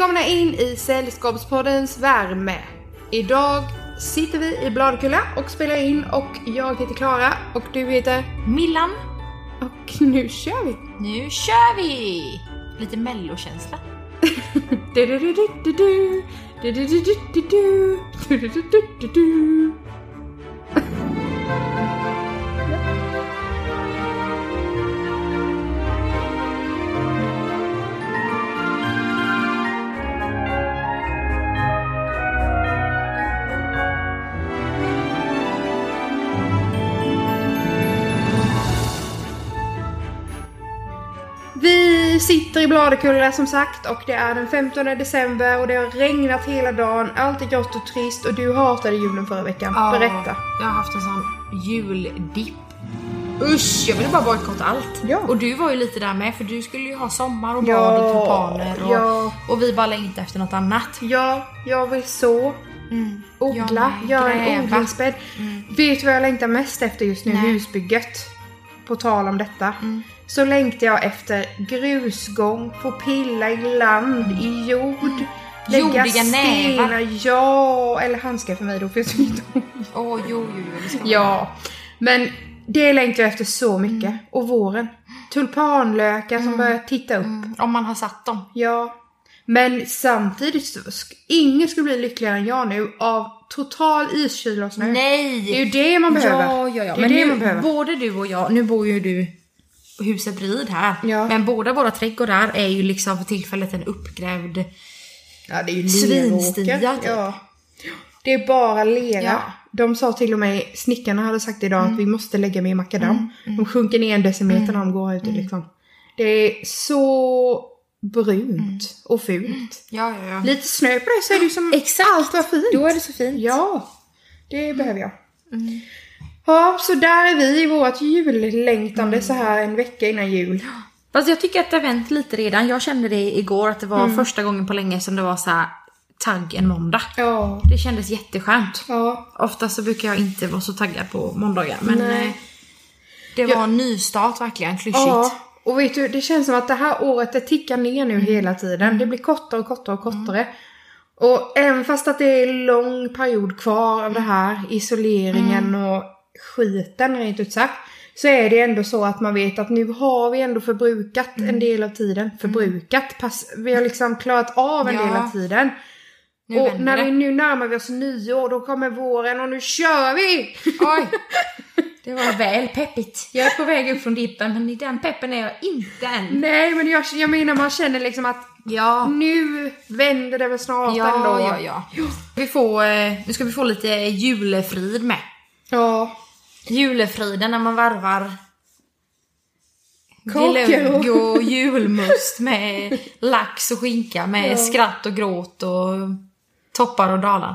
Välkomna in i Sällskapspoddens värme. Idag sitter vi i Bladkulla och spelar in och jag heter Klara och du heter Millan. Och nu kör vi. Nu kör vi! Lite mellokänsla. Vi sitter i Bladkulla som sagt och det är den 15 december och det har regnat hela dagen. Allt är grått och trist och du hatade julen förra veckan. Ja, Berätta. Jag har haft en sån juldipp. Usch, jag ville bara bojkotta allt. Ja. Och du var ju lite där med, för du skulle ju ha sommar och bad och tulpaner och vi bara längtade efter något annat. Ja, jag vill så. Odla, göra en odlingsbädd. Vet du vad jag längtar mest efter just nu? Nej. Husbygget. På tal om detta. Så längtar jag efter grusgång, få pilla i land, i jord. Lägga Jordiga stenar, nävar. ja. Eller handskar för mig då, för jag tycker inte om. Jo, det ska Ja, men det längtar jag efter så mycket. Och våren. Tulpanlökar som börjar titta upp. om man har satt dem. Ja, men samtidigt så ingen skulle bli lyckligare än jag nu av total iskyla och snö. Nej! Det är ju det man behöver. Ja. Det är Men det nu, man behöver. både du och jag, nu bor ju du på huset bredvid här. Ja. Men båda våra trädgårdar är ju liksom för tillfället en uppgrävd Ja, det är ju svinstia, leråker. typ. Ja. Det är bara lera. Ja. De sa till och med, snickarna hade sagt idag att vi måste lägga mer makadam. De sjunker ner en decimeter när de går ut liksom. Det är så brunt och fult. Ja. Lite snö på det så är det ju som allt var fint. Då är det så fint. Ja, det behöver jag. Ja, så där är vi i vårt jullängtande så här en vecka innan jul. Fast jag tycker att det har vänt lite redan. Jag kände det igår att det var första gången på länge som det var så här tagg en måndag. Ja. Det kändes jätteskönt. Ja. Ofta så brukar jag inte vara så taggad på måndagar. Men Nej. det var en nystart verkligen, klyschigt. Ja, och vet du, det känns som att det här året det tickar ner nu hela tiden. Det blir kortare och kortare och kortare. Och även fast att det är en lång period kvar av det här isoleringen och skiten rent ut sagt, så är det ändå så att man vet att nu har vi ändå förbrukat en del av tiden. Vi har liksom klarat av en del av tiden. Och när nu närmar vi oss nyår, då kommer våren och nu kör vi! Oj, det var väl peppigt. Jag är på väg upp från dippen, men i den peppen är jag inte än. Nej, men jag menar man känner liksom att nu vänder det väl snart ändå. Ja. Nu ska vi få lite julefrid med. Ja. Julefriden när man varvar Kakor. glögg och julmust med lax och skinka med skratt och gråt och toppar och dalar.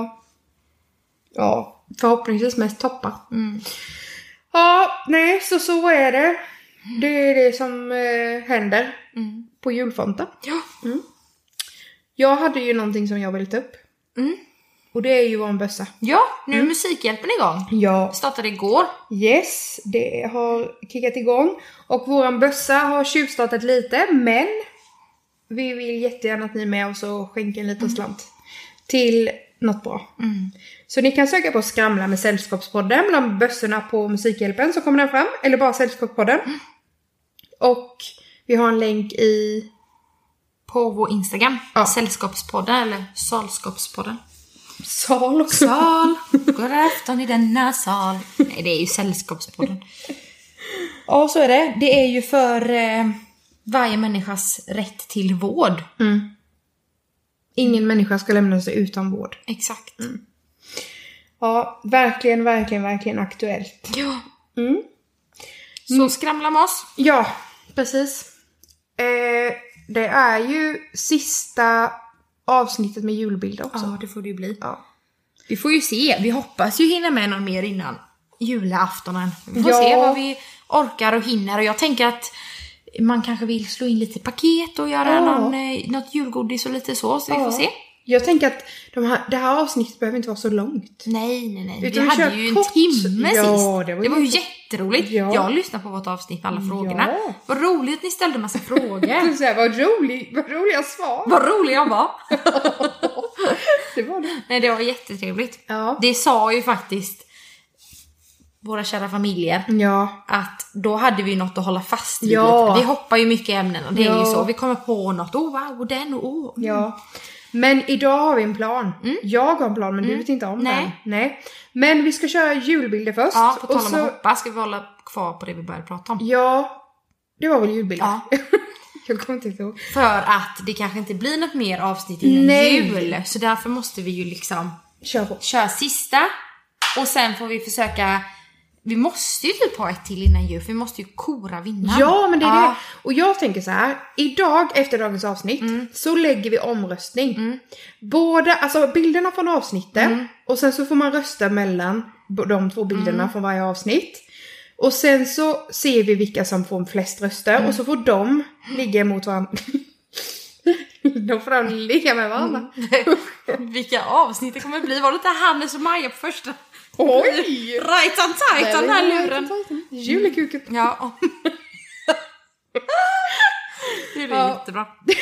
Ja, förhoppningsvis mest toppar. Ja, nej, så är det. Det är det som händer på julfronten. Ja. Jag hade ju någonting som jag ville ta upp. Och det är ju vår bössa. Ja, nu är Musikhjälpen igång. Ja. Startade igår. Yes, det har kickat igång. Och våran bössa har tjuvstartat lite, men vi vill jättegärna att ni är med oss och skänker en liten slant till något bra. Så ni kan söka på Skramla med Sällskapspodden bland bössorna på Musikhjälpen, så kommer den fram. Eller bara Sällskapspodden. Och vi har en länk På vår Instagram. Sällskapspodden eller Salskapspodden. Sal också. Sal, går afton i denna sal. Nej, det är ju Sällskapspodden. Ja, så är det. Det är ju för varje människas rätt till vård. Ingen människa ska lämna sig utan vård. Exakt. Ja, verkligen aktuellt. Ja. Så skramla med oss. Ja, precis. Det är ju sista avsnittet med julbilder också. Ja, det får det ju bli. Ja. Vi får ju se. Vi hoppas ju hinna med någon mer innan julaftonen. Vi får se vad vi orkar och hinner. Och jag tänker att man kanske vill slå in lite paket och göra något julgodis och lite så vi får se. Jag tänker att det här avsnittet behöver inte vara så långt. Nej. Utan vi hade ju en timme sist. Ja, det var ju jätteroligt. Ja. Jag lyssnar på vårt avsnitt med alla frågorna. Ja. Vad roligt ni ställde massa frågor. Så här, vad roliga svar. Vad rolig jag var. Det var det. Nej, det var jättetrevligt. Ja. Det sa ju faktiskt våra kära familjer. Ja. Att då hade vi något att hålla fast vid Ja. lite. Vi hoppar ju mycket i ämnen och det är ju Ja. så. Vi kommer på något. Wow, och den och Ja. Men idag har vi en plan. Jag har en plan, men du vet inte om Nej. den. Nej. Men vi ska köra julbilder först. Ja, på tal och om så... att hoppa ska vi hålla kvar på det vi började prata om. Ja, det var väl julbilder. Ja. Jag kommer inte ihåg. För att det kanske inte blir något mer avsnitt innan Nej. jul. Så därför måste vi ju liksom Kör på. köra sista. Och sen får vi försöka... Vi måste ju typ ha ett till innan jul. För vi måste ju kora vinnaren. Ja, men det är det. Och jag tänker så här. Idag, efter dagens avsnitt, så lägger vi omröstning. Både, alltså bilderna från avsnitten. Och sen så får man rösta mellan de två bilderna från varje avsnitt. Och sen så ser vi vilka som får flest röster. Och så får de ligga mot varandra. Då får de ligga med varandra. Vilka avsnitt det kommer bli. Var det inte Hannes och Maja på första? Oj! Right on tight on den här luren. Julekuken. Ja. Det blir jättebra.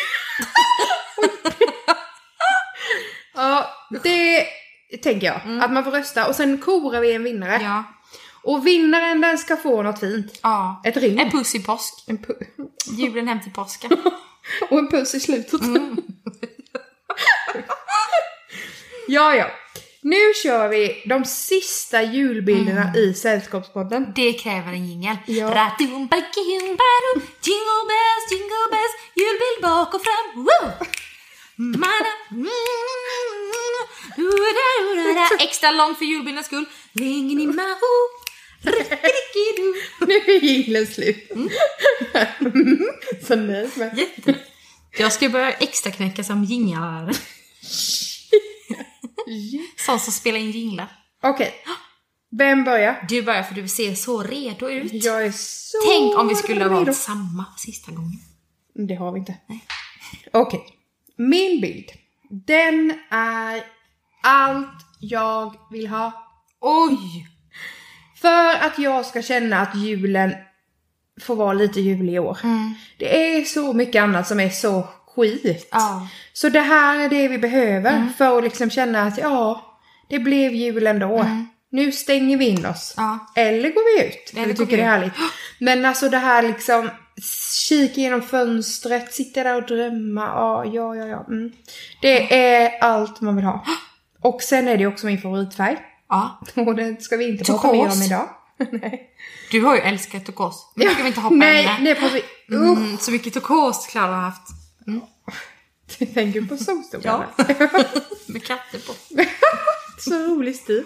Ja, det tänker jag. Att man får rösta. Och sen korar vi en vinnare. Ja. Och vinnaren, den ska få något fint. Ja. Ett ring. En puss i påsk. Julen hem till påsken. Och en puss i slutet. Ja. Nu kör vi de sista julbilderna i Sällskapspodden. Det kräver en jingel. Ja. Jingle bells, julbild bak och fram. Woo! Extra lång för julbildens skull. Ringen i maho. Nu är jinglen slut. Så nöjd med. Jätte. Jag ska börja extra knäcka som jinglare. Sån som spelar in jinglar. Okej. Vem börjar? Du börjar för du ser så redo ut. Jag är så Tänk om vi skulle ha redo. valt samma sista gången. Det har vi inte. Okej. Min bild. Den är allt jag vill ha. Oj! För att jag ska känna att julen får vara lite jul i år. Det är så mycket annat som är så skit. Ja. Så det här är det vi behöver för att liksom känna att det blev jul ändå. Nu stänger vi in oss. Ja. Eller går vi ut. Eller Vi går tycker vi det är ut. härligt. Men alltså det här liksom kika genom fönstret, sitta där och drömma. Ja. Det är allt man vill ha. Och sen är det också min favoritfärg. Ja. Och det ska vi inte prata mer om idag. Nej. Du har ju älskat turkos. Men ska vi inte hoppa Nej, in det får vi. Så mycket turkos Klara har haft. Tänker på solstolarna. Med katter på. Så rolig stil.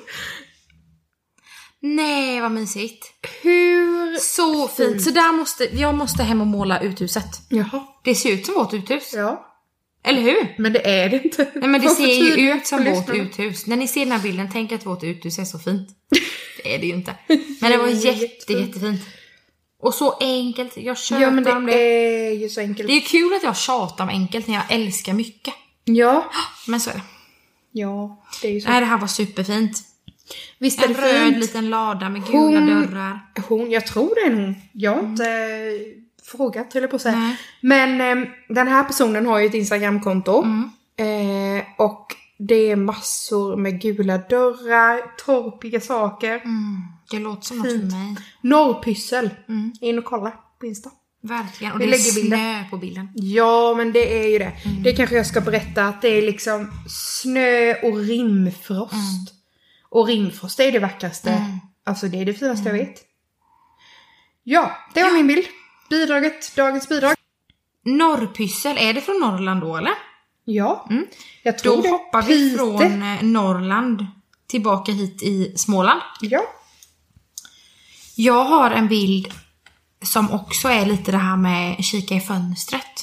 Nej, vad mysigt. Hur... Så fint. Så där jag måste hem och måla uthuset. Jaha. Det ser ut som vårt uthus. Ja. Eller hur? Men det är det inte. Nej, men det Vad ser ju betyder ut som för vårt lyssnarna? uthus. När ni ser den här bilden, tänk att vårt uthus är så fint. Det är det ju inte. Men det var jättefint. Och så enkelt. Jag köper Ja, men det om det. är ju så enkelt. Det är ju kul att jag tjatar om enkelt när jag älskar mycket. Ja. Men så är det. Ja, det är ju så. Nej, det här var superfint. Visst är En det röd fint? liten lada med gula dörrar. Jag tror det är en hon. Jag har inte frågat, höll jag på att säga. Nej. Men den här personen har ju ett Instagramkonto. Och det är massor med gula dörrar, torpiga saker. Det låter som något för mig. Norrpyssel. In och kolla på Insta. Verkligen. Och Vi det är lägger bilder. snö på bilden. Ja, men det är ju det. Det kanske jag ska berätta att det är liksom snö och rimfrost. Och rimfrost är det vackraste. Alltså det är det finaste jag vet. Ja, det var min bild. Dagens bidrag. Norrpyssel, är det från Norrland då eller? Ja, jag tror Då det. hoppar vi Pite. från Norrland tillbaka hit i Småland. Ja. Jag har en bild som också är lite det här med kika i fönstret.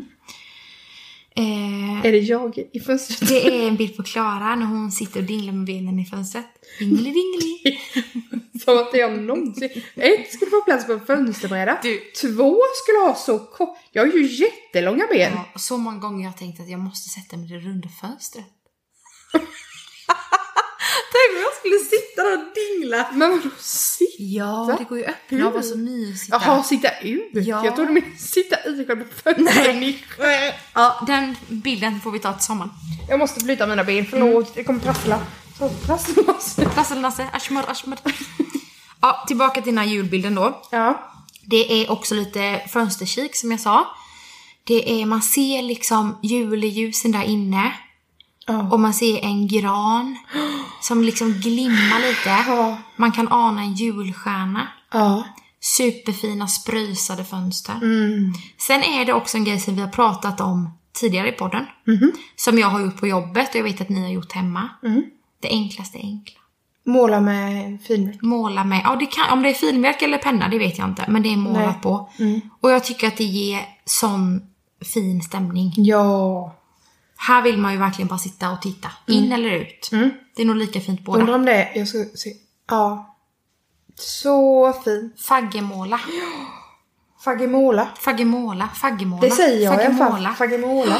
Är det jag i fönstret? Det är en bild på Klara när hon sitter och dinglar med benen i fönstret. Dingli dingli. Som att jag någonsin... 1 skulle få plats på en fönsterbräda. Du. 2 skulle ha så kort... Jag har ju jättelånga ben. Ja, och så många gånger jag har tänkt att jag måste sätta mig i det runda fönstret. Tänk om jag skulle sitta där och dingla. Men vadå sitta? Ja, det går ju öppna och vara så mysigt där. Jaha, sitta ut? Ja. Jag trodde du menade sitta i själva fönstret. Ja, den bilden får vi ta till sommaren. Jag måste flytta mina ben, förlåt. Det kommer prassla. Så prassla. Prassel-Nasse, ashmör. Ja, tillbaka till den här julbilden då. Ja. Det är också lite fönsterkik som jag sa. Det är, man ser liksom juleljusen där inne. Ja. Och man ser en gran som liksom glimmar lite. Ja. Man kan ana en julstjärna. Ja. Superfina spröjsade fönster. Mm. Sen är det också en grej som vi har pratat om tidigare i podden. Som jag har gjort på jobbet och jag vet att ni har gjort hemma. Det enklaste är enkla. Måla med finmjölk. Måla med, ja det kan, om det är filmverk eller penna det vet jag inte. Men det är målat Nej. på. Och jag tycker att det ger sån fin stämning. Ja. Här vill man ju verkligen bara sitta och titta. In eller ut. Det är nog lika fint båda. Undrar om det, jag ska se. Ja. Så fint. Faggemåla. Faggemåla. Faggemåla. Det säger jag i alla fall. Faggemåla.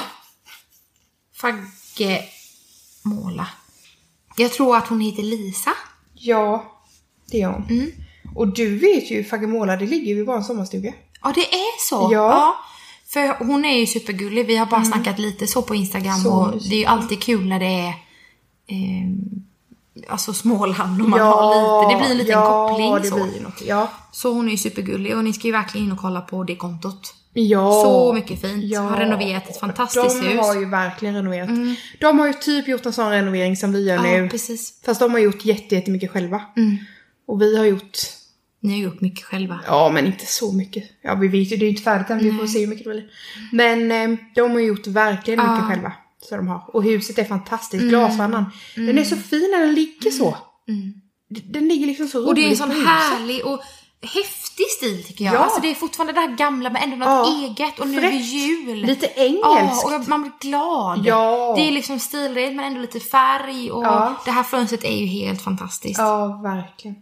Faggemåla. Jag tror att hon heter Lisa. Ja, det är hon. Och du vet ju, Faggemåla, det ligger ju i vår sommarstuga. Ja, det är så. Ja. För hon är ju supergullig. Vi har bara snackat lite så på Instagram. Så och mysigt. det är ju alltid kul när det är alltså Småland och man har lite. Det blir en liten koppling. Ja, det så. blir något. Ja. Så hon är ju supergullig och ni ska ju verkligen in och kolla på det kontot. Ja. Så mycket fint. Ja. Har renoverat ett fantastiskt hus. De har ju verkligen renoverat. De har ju typ gjort en sån renovering som vi gör nu. Ja, precis. Fast de har gjort jättemycket själva. Och vi har gjort... Ni har gjort mycket själva. Ja, men inte så mycket. Ja, vi vet ju, det är ju inte färdigt än. Vi får se hur mycket det blir. Men de har gjort verkligen mycket själva. Så de har. Och huset är fantastiskt. Glasvannan. Den är så fin när den ligger så. Den ligger liksom så roligt. Och det är en sån på huset. härlig och häftig stil tycker jag. Ja. Alltså det är fortfarande det här gamla men ändå något eget. Och nu är det Fräscht. jul. Lite engelskt. Ja, och man blir glad. Ja. Det är liksom stilrent men ändå lite färg. Och det här fönstret är ju helt fantastiskt. Ja, verkligen.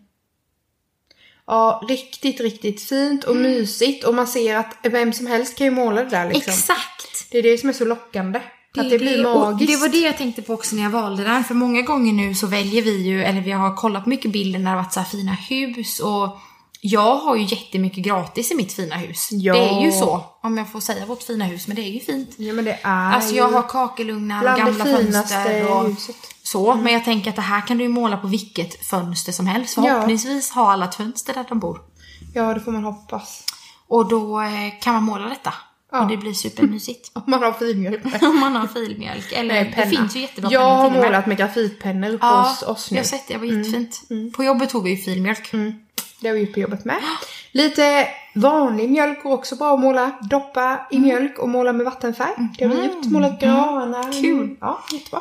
Ja, riktigt, riktigt fint och mysigt. Och man ser att vem som helst kan ju måla det där liksom. Exakt. Det är det som är så lockande. Att det blir magiskt. Och det var det jag tänkte på också när jag valde den. För många gånger nu så väljer vi ju, eller vi har kollat på mycket bilder när det har varit så här fina hus. Och jag har ju jättemycket gratis i mitt fina hus. Ja. Det är ju så, om jag får säga vårt fina hus. Men det är ju fint. Ja, men det är Alltså jag har kakelugnar och gamla fönster och huset. så. Men jag tänker att det här kan du ju måla på vilket fönster som helst. Förhoppningsvis har alla ett fönster där de bor. Ja, det får man hoppas. Och då kan man måla detta. Ja. Och det blir supermysigt. Om man har filmjölk. Om man har filmjölk. Eller penna. det finns ju jättebra Jag har pennor till och med. målat med grafitpennor på oss nu. Jag har sett det, var jättefint. På jobbet tog vi ju filmjölk. Det har vi gjort på jobbet med. Lite vanlig mjölk går också bra att måla. Doppa i mjölk och måla med vattenfärg. Det har vi gjort. Målat granar. Kul. Ja, jättebra.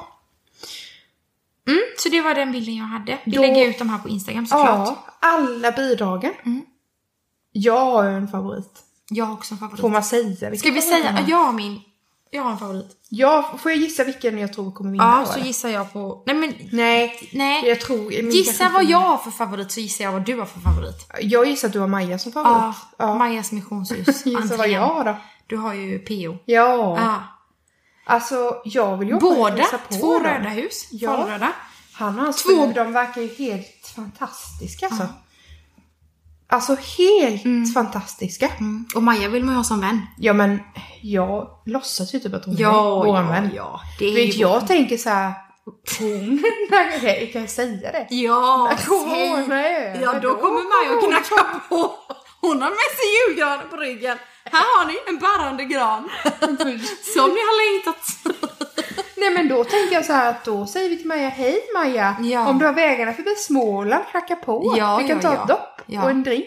Så det var den bilden jag hade. Vi lägger ut dem här på Instagram såklart. Ja, alla bidragen. Jag har ju en favorit. Jag har också en favorit. Får man säga? Ska vi säga, jag har en favorit. Ja, får jag gissa vilken jag tror kommer vinna? Ja, så gissar jag på... Nej. Jag tror... Gissa vad jag har för favorit så gissar jag vad du har för favorit. Jag gissar att du har Maja som favorit. Ja. Majas missionshus. Gissa vad jag har då. Du har ju PO. Ja. Alltså, jag vill ju båda, på 2 dem. röda hus. Ja. Falröda. Han och hans fru, de verkar ju helt fantastiska alltså. Alltså helt fantastiska. Och Maja vill man ha som vän. Ja, men jag låtsas ju typ att hon är vår vän. Ja, det är Vet ju jag tänker så här, hon, kan jag säga det? Ja, säg. Ja, då kommer Maja och knacka på. Hon har med sig julgranen på ryggen. Här har ni en bärande gran. Som ni har längtat. Nej, men då tänker jag så här att då säger vi till Maja, hej Maja. Ja. Om du har vägarna förbi Småland, hacka på. Ja, vi kan ta ett dopp och en drink.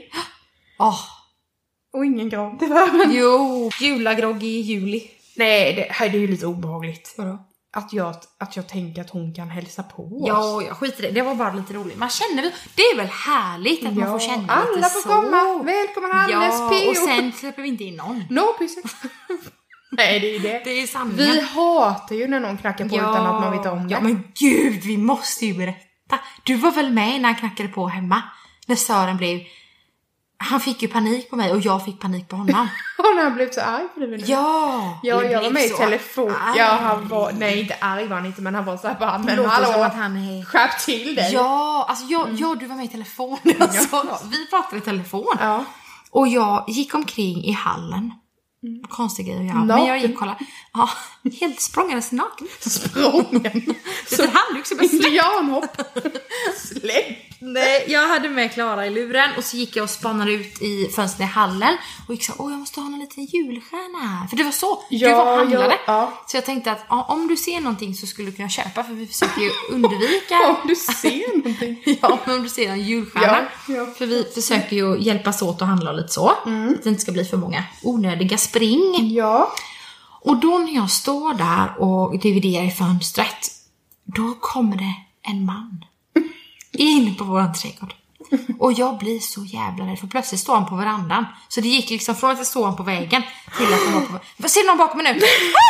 Och ingen gran tyvärr. Jo, julagrogg i juli. Nej, det är ju lite obehagligt. Vadå? Att jag tänker att hon kan hälsa på oss. Ja, jag skiter i det. Det var bara lite roligt. Man känner väl, det är väl härligt att man får känna alla lite får så. komma. Välkommen Hannes, Ja, och sen släpper vi inte in någon. No pyssel. Nej, det är det. Det är sanningen. Vi hatar ju när någon knackar på utan att man vet om det. Ja, men gud, vi måste ju berätta. Du var väl med när han knackade på hemma? När Sören blev... Han fick ju panik på mig och jag fick panik på honom. Och när han blev så arg på dig. Ja, jag var med i telefon. Arg. Ja, han var, nej inte arg var han inte, men han var så här bara, men låter hallå, som att han är... skärp till dig. Ja, alltså du var med i telefon. Alltså, vi pratade i telefon. Ja. Och jag gick omkring i hallen. Konstig grej att göra. Men jag gick och kollade. Ja, helt språngandes naken. Sprången. Så handluk som en släpp. Indianhopp. Släpp. Nej, jag hade med Klara i luren. Och så gick jag och spannade ut i fönstret i hallen. Och gick så, jag måste ha en liten julstjärna här. För det var så, du var och handlade. Ja. Så jag tänkte att om du ser någonting så skulle du kunna köpa. För vi försöker ju undvika. Om du ser någonting. Ja, men om du ser en julstjärna. Ja. För vi försöker ju hjälpas åt att handla lite så. Så att det inte ska bli för många onödiga spring. Ja. Och då när jag står där och dividerar i fönstret, då kommer det en man in på våran trädgård. Och jag blir så jävla rädd, för plötsligt står han på verandan. Så det gick liksom från att det stod han på vägen till att han var på... Vad ser någon bakom mig nu?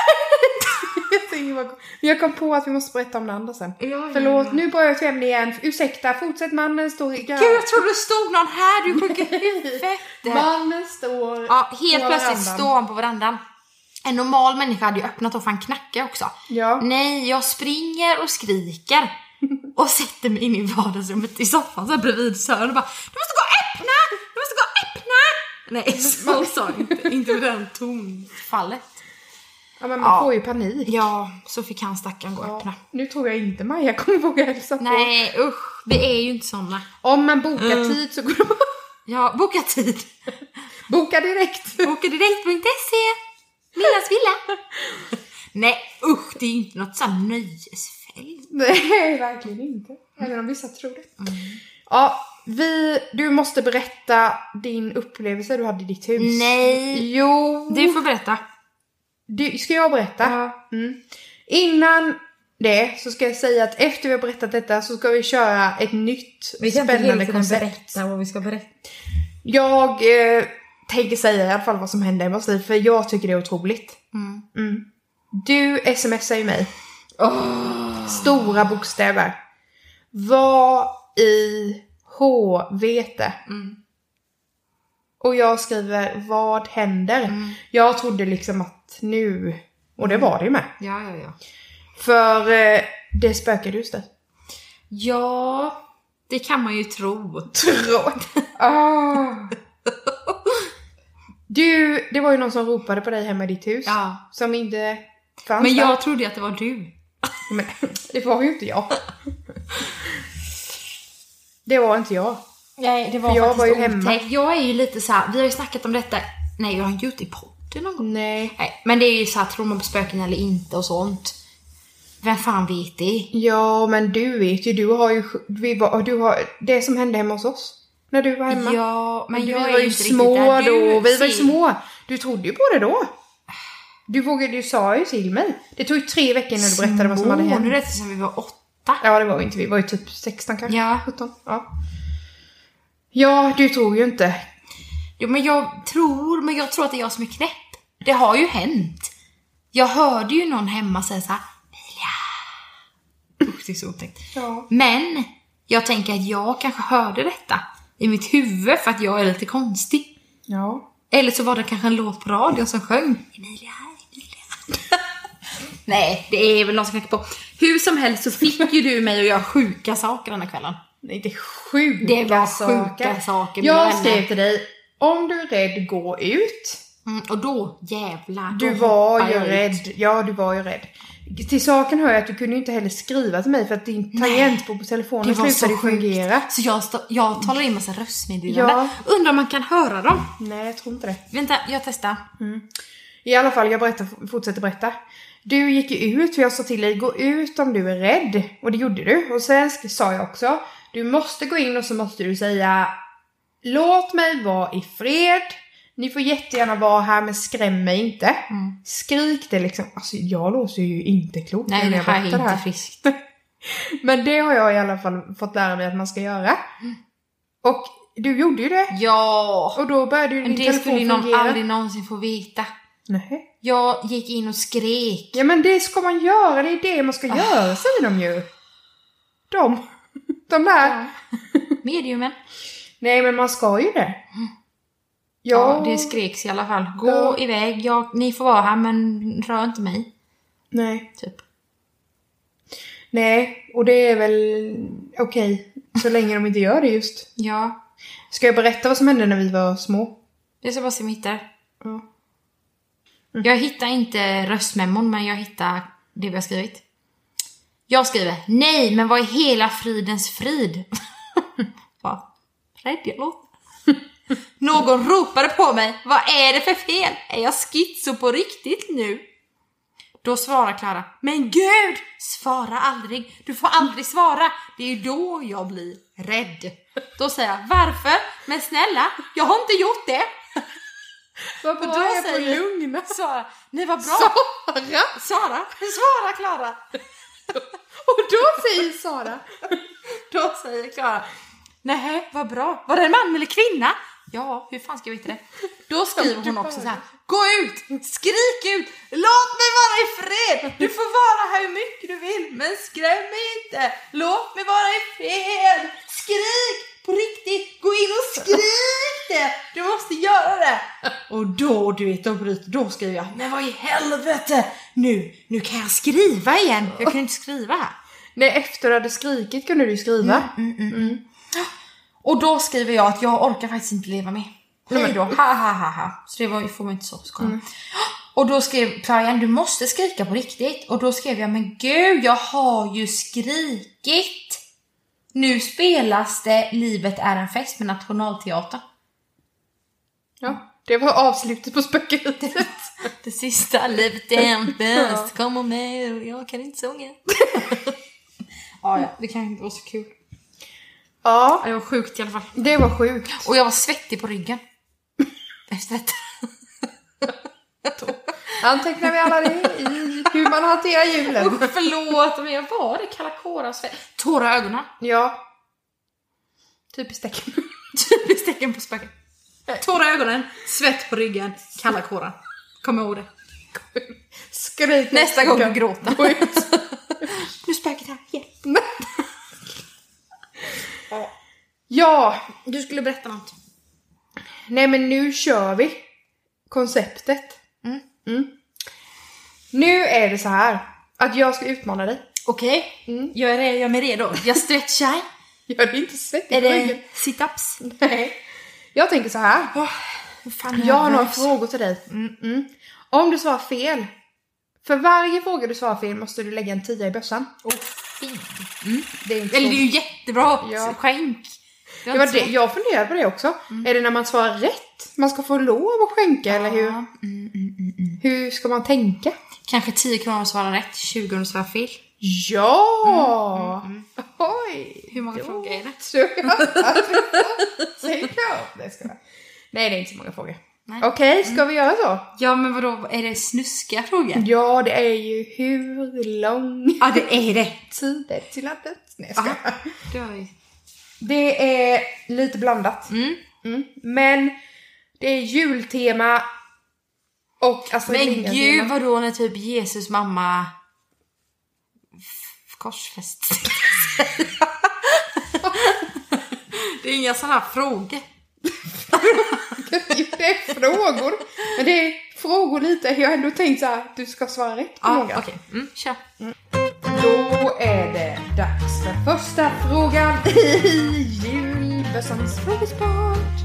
Jag kom på att vi måste berätta om det andra sen. Ja. Förlåt, nu börjar jag till igen. Ursäkta, fortsätt, mannen står i... Gud, jag trodde det stod någon här, du sjuka huvudet. Mannen står... Ja, helt på plötsligt verandan. står han på verandan. En normal människa hade ju öppnat och fan knacka också. Ja. Nej, jag springer och skriker. Och sätter mig in i vardagsrummet i soffan så här bredvid Sören och bara, du måste gå och öppna! Du måste gå och öppna! Nej, så sa jag inte med den tonfallet. Ja, men man får ju panik. Ja, så fick han stackaren gå och öppna. Nu tror jag inte Maja kommer våga hälsa på. Nej, usch, vi är ju inte såna. Om man bokar tid så går det bara... Ja, boka tid. Boka direkt. Bokadirekt.se Millas villa. Nej, usch, det är ju inte något sånt nöjesfält. Nej, verkligen inte. Även om vissa tror det. Ja, du måste berätta din upplevelse du hade i ditt hus. Nej. Jo. Du får berätta. Ska jag berätta? Ja. Innan det så ska jag säga att efter vi har berättat detta så ska vi köra ett nytt spännande koncept. Berätta vad vi ska berätta. Jag tänker säga i alla fall vad som hände i mitt liv, för jag tycker det är otroligt. Du smsar ju mig. Stora bokstäver. Vad i HVT? Och jag skriver, vad händer? Jag trodde liksom att nu... Och det var det ju med. Ja. För det spökade just det. Ja, det kan man ju tro. Det var ju någon som ropade på dig hemma i ditt hus. Ja. Som inte fanns. Men jag trodde ju att det var du. Men det var ju inte jag. Det var inte jag. Nej, det var för jag faktiskt var ju otäckt. hemma. Jag är ju lite så här, vi har ju snackat om detta. Nej, jag har inte gjort det i podden någon gång. Nej. Men det är ju så här, tror man på spöken eller inte och sånt. Vem fan vet det? Ja, men du vet ju, du har det som hände hemma hos oss. När du var hemma. Ja, men jag vi är var ju inte små riktigt där. då. Vi var ju små. Du trodde ju på det då. Du sa ju till mig. Det tog ju 3 veckor när du berättade vad som hade hänt. Nu rätt som vi var 8. Ja, det var vi inte. Vi var ju typ 16 kanske. Ja. 17. Ja, du tror ju inte. Jo, men jag tror att det är jag som är knäpp. Det har ju hänt. Jag hörde ju någon hemma säga så här, Emilia. Det är så otäckt. Ja. Men jag tänker att jag kanske hörde detta i mitt huvud för att jag är lite konstig. Ja. Eller så var det kanske en låt på radion som sjöng Emilia. Nej, det är väl någon som knackar på. Hur som helst så fick ju du mig att göra sjuka saker den här kvällen. Nej, det är sjuka Det var saker. sjuka saker. Jag skrev till dig, om du är rädd, gå ut. Och då, jävlar. Du var ju rädd. Ja, du var ju rädd. Till saken hör jag att du kunde inte heller skriva till mig för att din tangent på telefonen slutade fungera. Så jag talar in massa röstmeddelanden. Ja. Undrar om man kan höra dem. Nej, jag tror inte det. Vänta, jag testar. I alla fall, jag fortsätter berätta. Du gick ju ut, för jag sa till dig, gå ut om du är rädd. Och det gjorde du. Och sen sa jag också, du måste gå in och så måste du säga, låt mig vara i fred. Ni får jättegärna vara här, men skräm mig inte. Skrik det liksom. Alltså, jag låter ju inte klokt. Nej, det här är inte friskt. Men det har jag i alla fall fått lära mig att man ska göra. Och du gjorde ju det. Ja. Och då började ju din telefon fungera. Men det skulle ju någon aldrig någonsin få veta. Nej. Jag gick in och skrek. Ja, men det ska man göra. Det är det man ska göra, säger de ju. De där. Mediumen. Nej, men man ska ju det. Ja, det skreks i alla fall. Gå iväg, ni får vara här men rör inte mig. Nej. Typ. Nej, och det är väl okej. Så länge de inte gör det just. Ja. Ska jag berätta vad som hände när vi var små? Det är så bara se hittar. Ja. Jag hittar inte röstmemon, men jag hittar det vi har skrivit. Jag skriver, nej, men vad är hela fridens frid? Vad rädd jag låter. Någon ropade på mig, vad är det för fel? Är jag schizo på riktigt nu? Då svarar Klara, men gud, svara aldrig. Du får aldrig svara. Det är då jag blir rädd. Då säger jag, varför? Men snälla, jag har inte gjort det. Vad bra, och då jag säger får lugna. Sara, nej vad bra. Svara Klara. Och då säger Sara. Då säger Klara, nej vad bra. Var det en man eller kvinna? Ja, hur fan ska jag veta det? Då skriver hon också så här, gå ut, skrik ut, låt mig vara i fred. Du får vara här hur mycket du vill, men skräm mig inte. Låt mig vara i fred. Skrik på riktigt, gå in och skrik det. Du måste göra det. Och då, du vet, då skriver jag, men vad i helvete. Nu kan jag skriva igen. Jag kan inte skriva här. Nej, efter du hade skrikit kunde du skriva. Och då skriver jag att jag orkar faktiskt inte leva med. Hej då, ha. Så det får man inte så skoja. Och då skrev Klara, du måste skrika på riktigt. Och då skrev jag, men gud, jag har ju skrikit. Nu spelas det Livet är en fest med Nationalteatern. Ja, det var avslutet på spökeriet. Det sista, livet är en fest, kommer med och jag kan inte sjunga. Ja, det kan inte vara så kul. Ja, Det var sjukt i alla fall. det var sjukt. Och jag var svettig på ryggen. Efter detta. Antecknar vi alla det i hur man hanterar julen. Förlåt, men jag var det kalla kåra och svett. Tårar i ögonen. Ja. Typiskt tecken. Typiskt tecken på spöken. Tårar i ögonen, svett på ryggen, kalla kårar. Kom ihåg det. Skrik. Nästa gång du gråter. Gå ut. Nu spöket här. Yeah. Ja. Du skulle berätta något. Nej, men nu kör vi konceptet. Nu är det så här att jag ska utmana dig. Okej, jag är med redo. Jag stretchar. Gör det inte svettigt. Är det sit-ups? Nej. Jag tänker så här. Jag har några frågor till dig. Om du svarar fel, för varje fråga du svarar fel måste du lägga en 10 i bössan. Det är inte Eller det är ju jättebra. Ja. Skänk. Det var det. Jag funderar på det också. Är det när man svarar rätt man ska få lov att skänka, eller hur? Hur ska man tänka? Kanske 10 kronor att svara rätt, 20 att svara fel. Ja! Oj! Hur många frågor är det? Säg klart. Nej, det är inte så många frågor. Okej, ska vi göra så? Ja, men vadå? Är det snuskiga frågor? Ja, det är ju hur lång... Ja, det är det. Tiden till att nej, jag skojar. Det Det är lite blandat. Men det är jultema och alltså men gud, vadå när typ Jesus mamma korsfäst. Det är inga sådana frågor. Det är frågor. Men det är frågor lite. Jag har ändå tänkt så här att du ska svara rätt på många. Okej. Kör. Då är det dags för första frågan i julbössans frågesport.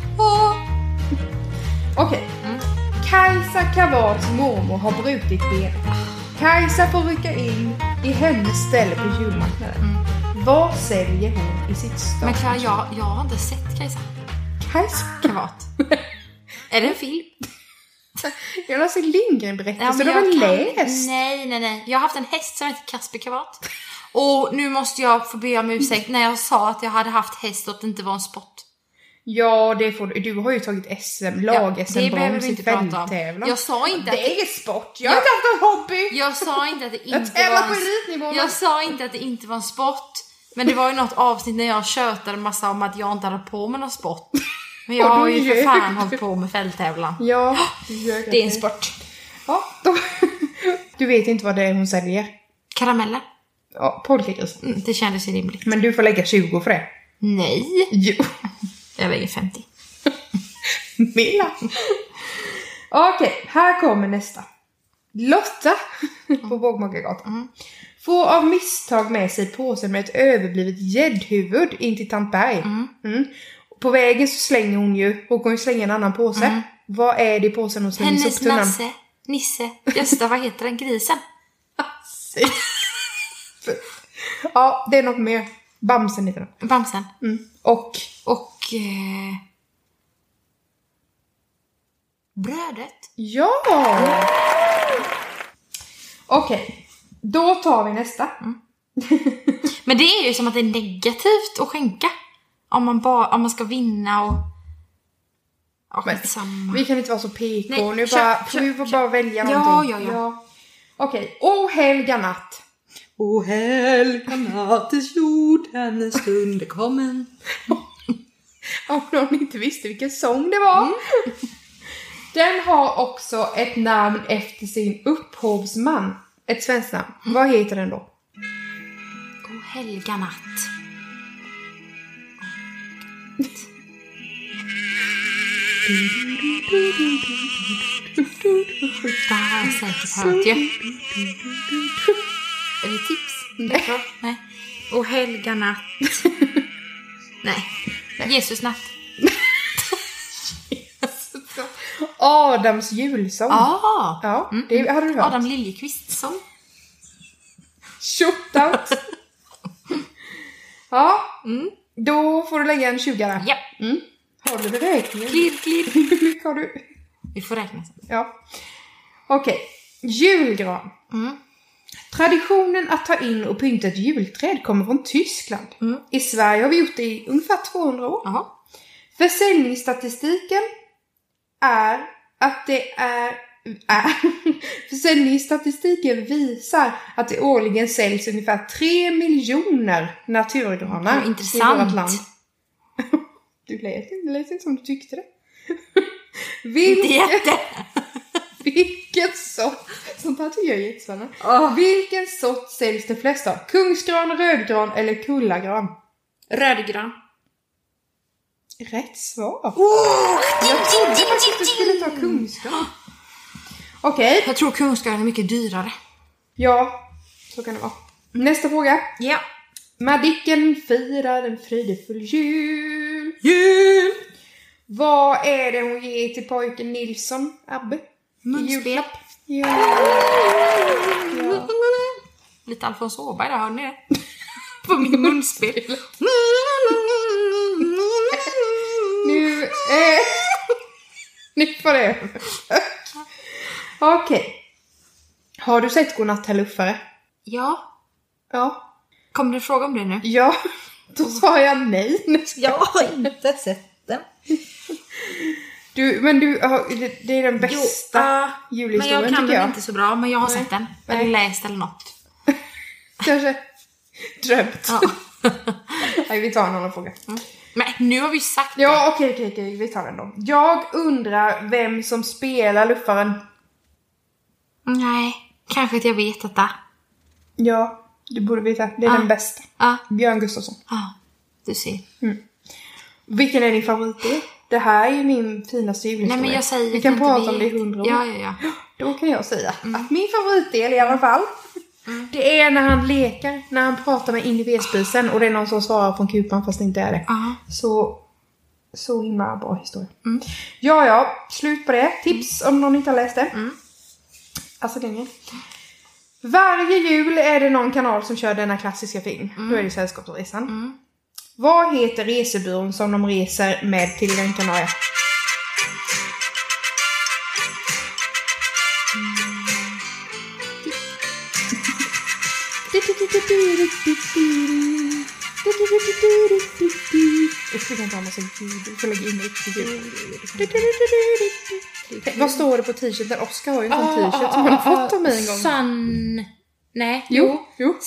Okej. Kajsa Kavats mormor har brutit ben. Kajsa får rycka in i hennes ställe på julmarknaden. Vad säljer hon i sitt stad? Men Klara, jag har inte sett Kajsa Kavat. Är det en film? Jag har läst Lindgren-berättelse, du har läst. Nej. Jag har haft en häst som heter Kasper Kavat. Och nu måste jag få be om ursäkt när jag sa att jag hade haft häst och att det inte var en sport. Ja, det får du. Du har ju tagit lag-SM-brons i fälttävlan. Jag sa inte det är sport. Jag har inte haft någon hobby. Jag sa inte att det inte var på elitnivå. Jag sa inte att det inte var en sport. Men det var ju något avsnitt när jag tjötade en massa om att jag inte hade på med någon sport. Men jag har ju för fan hållit på med fälttävlan. Ja, det är en sport. Ja, du vet inte vad det är hon säljer. Karameller. Ja, polkagris. Det kändes ju rimligt. Men du får lägga 20 för det. Nej. Jo. Jag väger 50. Milla. Okej, här kommer nästa. Lotta på Bågmakargatan. Får av misstag med sig påsen med ett överblivet gäddhuvud in till Tant Berg. På vägen så slänger hon ju, och hon slänger en annan påse. Vad är det i påsen hon slänger i soptunnan? Hennes Nisse, Gösta, vad heter den? Grisen? Ja, det är något mer. Bamsen heter den. Bamsen. Och brödet. ja! Okej, då tar vi nästa. Men det är ju som att det är negativt att skänka. Om man ska vinna och... samma. Vi kan inte vara så PK. Nej, Nu får vi bara välja någonting. Ja. Okej, O helga natt. O helga nattens jord, hennes stund är kommen. Om någon inte visste vilken sång det var. Den har också ett namn efter sin upphovsman. Ett svenskt namn. Vad heter den då? O helga natt. Det här har jag säkert hört ju. Är det tips? Nej. O helga natt. Nej. Jesus natt. Adams julsång. Ja, det hade du hört. Adam Liljeqvist sång. Shootout. Ja, då får du lägga en 20 där. Ja. Har du beräkningen? Klirr. Hur mycket har du? Vi får räkna sen. Ja. Okej. Julgran. Traditionen att ta in och pynta ett julträd kommer från Tyskland. I Sverige har vi gjort det i ungefär 200 år. Aha. Försäljningsstatistiken är att det är försäljningsstatistiken visar att det årligen säljs ungefär 3 miljoner naturgranar i vårt land. Du lät inte som du tyckte det. Vilken sort? Sånt här tycker jag är jättespännande. Vilken sort säljs det flest av? Kungsgran, rödgran eller kullagran? Rödgran. Rätt svar. Jag trodde faktiskt att du skulle ta kungsgran. Okej. Jag tror kungsgran är mycket dyrare. Ja, så kan det vara. Nästa fråga. Ja. Madicken firar en fridefull jul. Vad är det hon ger till pojken Nilsson, Abbe? Munspel. Ja. Lite Alfons Åberg där, hör ni det? På min munspel. Nu får det. Okej. Har du sett Godnatt herr Luffare? Ja. Kommer du en fråga om det nu? Ja, då sa jag nej. Jag har inte sett den. Det är den bästa julhistorien, men jag kan den inte så bra, men jag har sett den. Eller läst eller något. Kanske drömt. Ja. Nej, vi tar en annan fråga. Men nu har vi sagt det. Ja, okej, vi tar den då. Jag undrar vem som spelar luffaren. Nej, kanske att jag vet detta. Ja, du borde veta. Det är den bästa. Björn Gustafsson. Ja, du ser. Vilken är din favorit? Det här är ju min finaste julhistoria. Nej, men jag säger vi kan prata om det i 100 år. Ja. Då kan jag säga att min favoritdel i alla fall, det är när han leker, när han pratar med in i vedspisen och det är någon som svarar från kupan fast det inte är det. Så himla bra historia. Ja, slut på det. Tips om någon inte har läst det. Alltså den är. Varje jul är det någon kanal som kör denna klassiska film. Då är det Sällskapsresan. Vad heter resebyrån som de reser med till Gran Canaria? Vad står det på t-shirten? Oscar har ju en sån t-shirt som han har fått av mig en gång. Jo.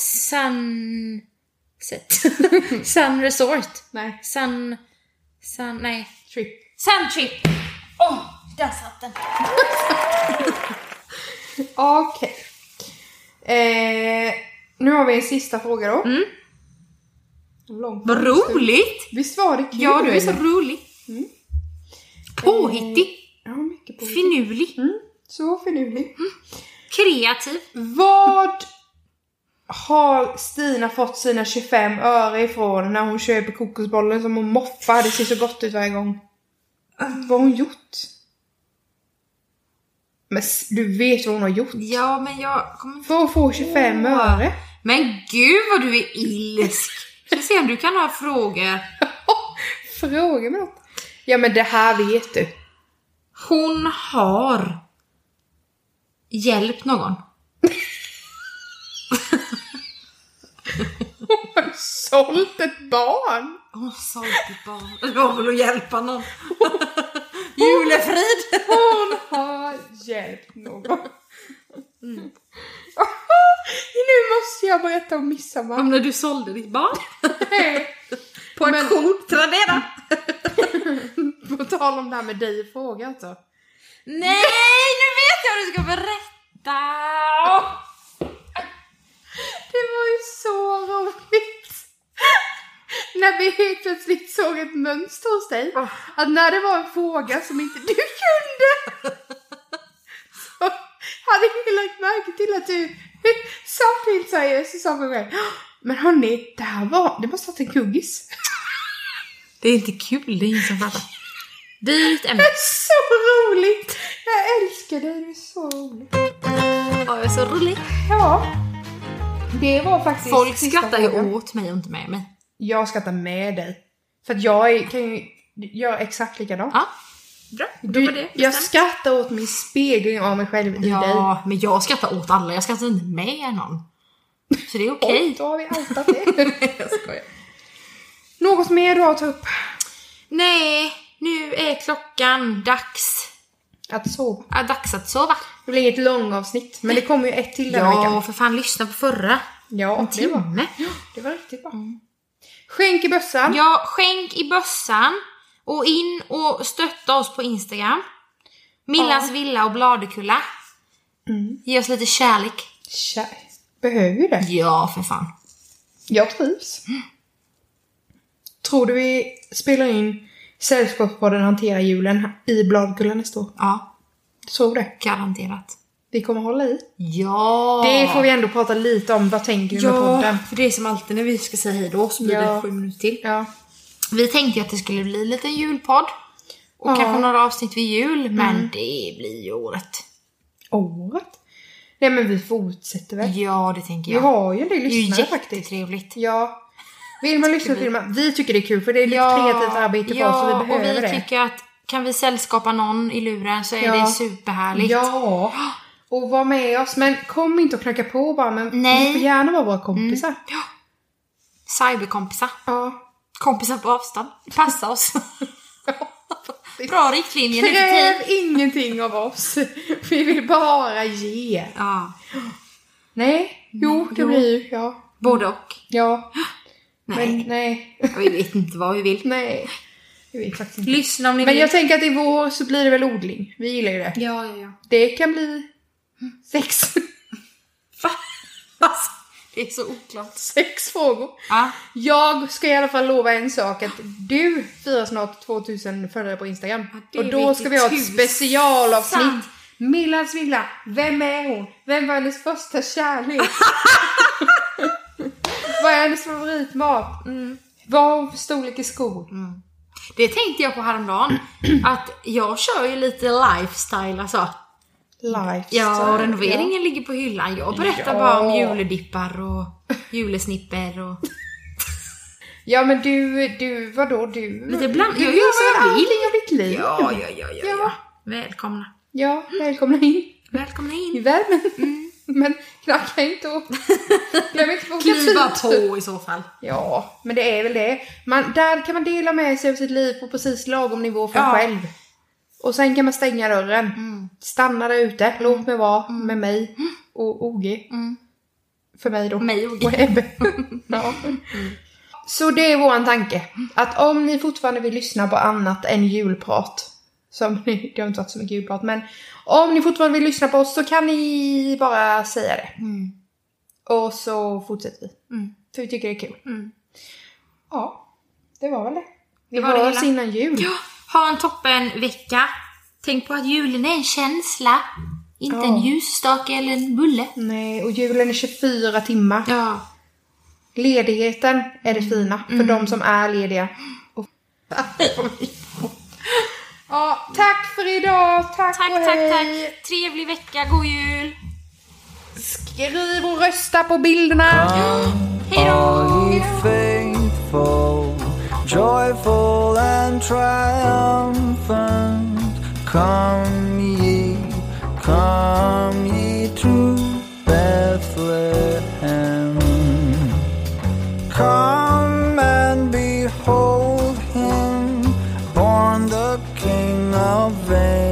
Sun Resort. Nej. Nej. Trip. Sun Trip. Där satt den. Okej. Nu har vi en sista fråga då. Vad roligt. Visst var det kul? Ja, det är så roligt. Påhittig. Ja, mycket påhittig. Finurlig. Så finurlig. Kreativ. Vad har Stina fått sina 25 öre ifrån när hon köper kokosbollen som hon moffar? Det ser så gott ut varje gång. Vad har hon gjort? Men du vet vad hon har gjort. Ja, men jag kommer För att få 25 öre. Men gud vad du är ilsk. Ska se om du kan ha frågor. Fråga mig något. Ja, men det här vet du. Hon har hjälpt någon. Hon har sålt ett barn. Hon har sålt ett barn. Det var väl att hjälpa någon. Julefrid. Hon har hjälpt någon. Nu måste jag berätta om midsommar. Om när du sålde ditt barn. Nej. På auktion. Tradera. På tal om det här med dig och fråga alltså. Nej, nu vet jag vad du ska berätta. Det var ju så roligt. När vi helt plötsligt såg ett mönster hos dig. Att när det var en fråga som inte du kunde. Så hade jag lagt märke till att du sa till seriöst och sa för mig. Men hörni, det måste ha varit en kuggis. Det är inte kul, det är ingen som fattar. Byt ämne. Det är så roligt. Jag älskar dig, du är så rolig. Ja, jag är så rolig. Ja. Det var faktiskt folk sista skrattar ju frågan. åt mig och inte med mig. Jag skrattar med dig. För att jag kan ju göra exakt likadant. Ja, bra. Då var det jag skrattar åt min spegling av mig själv i dig. Ja, men jag skrattar åt alla. Jag skrattar inte med någon. Så det är okej. Och då har vi outat det. Jag skojar. Något mer du har att ta upp? Nej, nu är klockan dags. Att sova. Ja, dags att sova. Det blir ett långavsnitt. Men det kommer ju ett till den här Ja, veckan. för fan, lyssna på förra. Ja, En timme. Det var riktigt bra. Skänk i bössan. Ja, skänk i bössan. Och in och stötta oss på Instagram. Millans villa och Bladekulla. Ge oss lite kärlek. Behöver ju det. Ja, för fan. Jag trivs. Tror du vi spelar in Sällskapspodden hanterar julen i Bladkullen nästa år? Ja, Tror det. garanterat. Vi kommer hålla i. Ja. Det får vi ändå prata lite om. Vad tänker vi med podden? För det är som alltid när vi ska säga hej då så blir det 7 minuter till. Ja. Vi tänkte ju att det skulle bli lite julpodd. Och kanske några avsnitt vid jul. Men det blir ju året. Året? Nej, men vi fortsätter väl. Ja, det tänker Vi jag. har ju en del Det är ju lyssnare faktiskt. jättetrevligt. Ja. Vill man lyssna till det? Vi tycker det är kul för det är lite kreativt arbete för oss och vi behöver det. Och vi tycker att kan vi sällskapa någon i luren så är det superhärligt. Ja. Och var med oss. Men kom inte och knacka på bara. Men Nej. vi får gärna vara våra kompisar. Cyberkompisar. Ja. Kompisar på avstånd. Passa oss. Bra riktlinjer nu för Kräv tid. ingenting av oss. Vi vill bara ge. Ja. Nej. Jo, det blir ju. Ja. Både och. Ja. Nej. Men nej. Vi vet inte vad vi vill. Nej. Jag vet faktiskt inte. Lyssna om ni Men vill. jag tänker att i vår så blir det väl odling. Vi gillar ju det. Ja. Det kan bli sex. Alltså, det är så oklart. 6 frågor. Ja. Jag ska i alla fall lova en sak. Att du firar snart 2000 följare på Instagram. det Och då vet ska vi ha ett tusan. specialavsnitt. Millans villa. Vem är hon? Vem var hennes första kärlek? Vad är hennes favoritmat? Vad har hon för storlek i skor? Det tänkte jag på häromdagen. Att jag kör ju lite lifestyle alltså. Lifestyle. Ja, och renoveringen ligger på hyllan. Jag berättar bara om juledippar och julesnipper och... Ja, men du, vadå du? Lite bland... Du Jag gör vad jag vill. allting av ditt liv. Ja. Välkomna. Ja, välkomna in. Välkomna I in. värmen. Men knacka inte och glöm inte på Kliva på i så fall. Ja, men det är väl det. Där kan man dela med sig av sitt liv på precis lagom nivå för själv. Och sen kan man stänga dörren. Stanna där ute. Låt mig vara med mig och OG. För mig då. Mig och OG. Och Ebbe. Ja. Så det är våran tanke. Att om ni fortfarande vill lyssna på annat än julprat. Det har inte varit så mycket julprat. Men om ni fortfarande vill lyssna på oss så kan ni bara säga det. Och så fortsätter vi. För vi tycker det är kul. Ja, det var väl det. Vi var det hörs hela. innan jul. Ja, Ha en toppen vecka. Tänk på att julen är en känsla. Inte en ljusstake eller en bulle. Nej, och julen är 24 timmar. Ja. Ledigheten är det fina för de som är lediga. Ja, tack för idag. Tack och hej. Tack. Trevlig vecka, god jul. Skriv och rösta på bilderna. Hej då. Ye faithful, joyful and triumphant, come ye to Bethlehem. Come and behold him, born the King of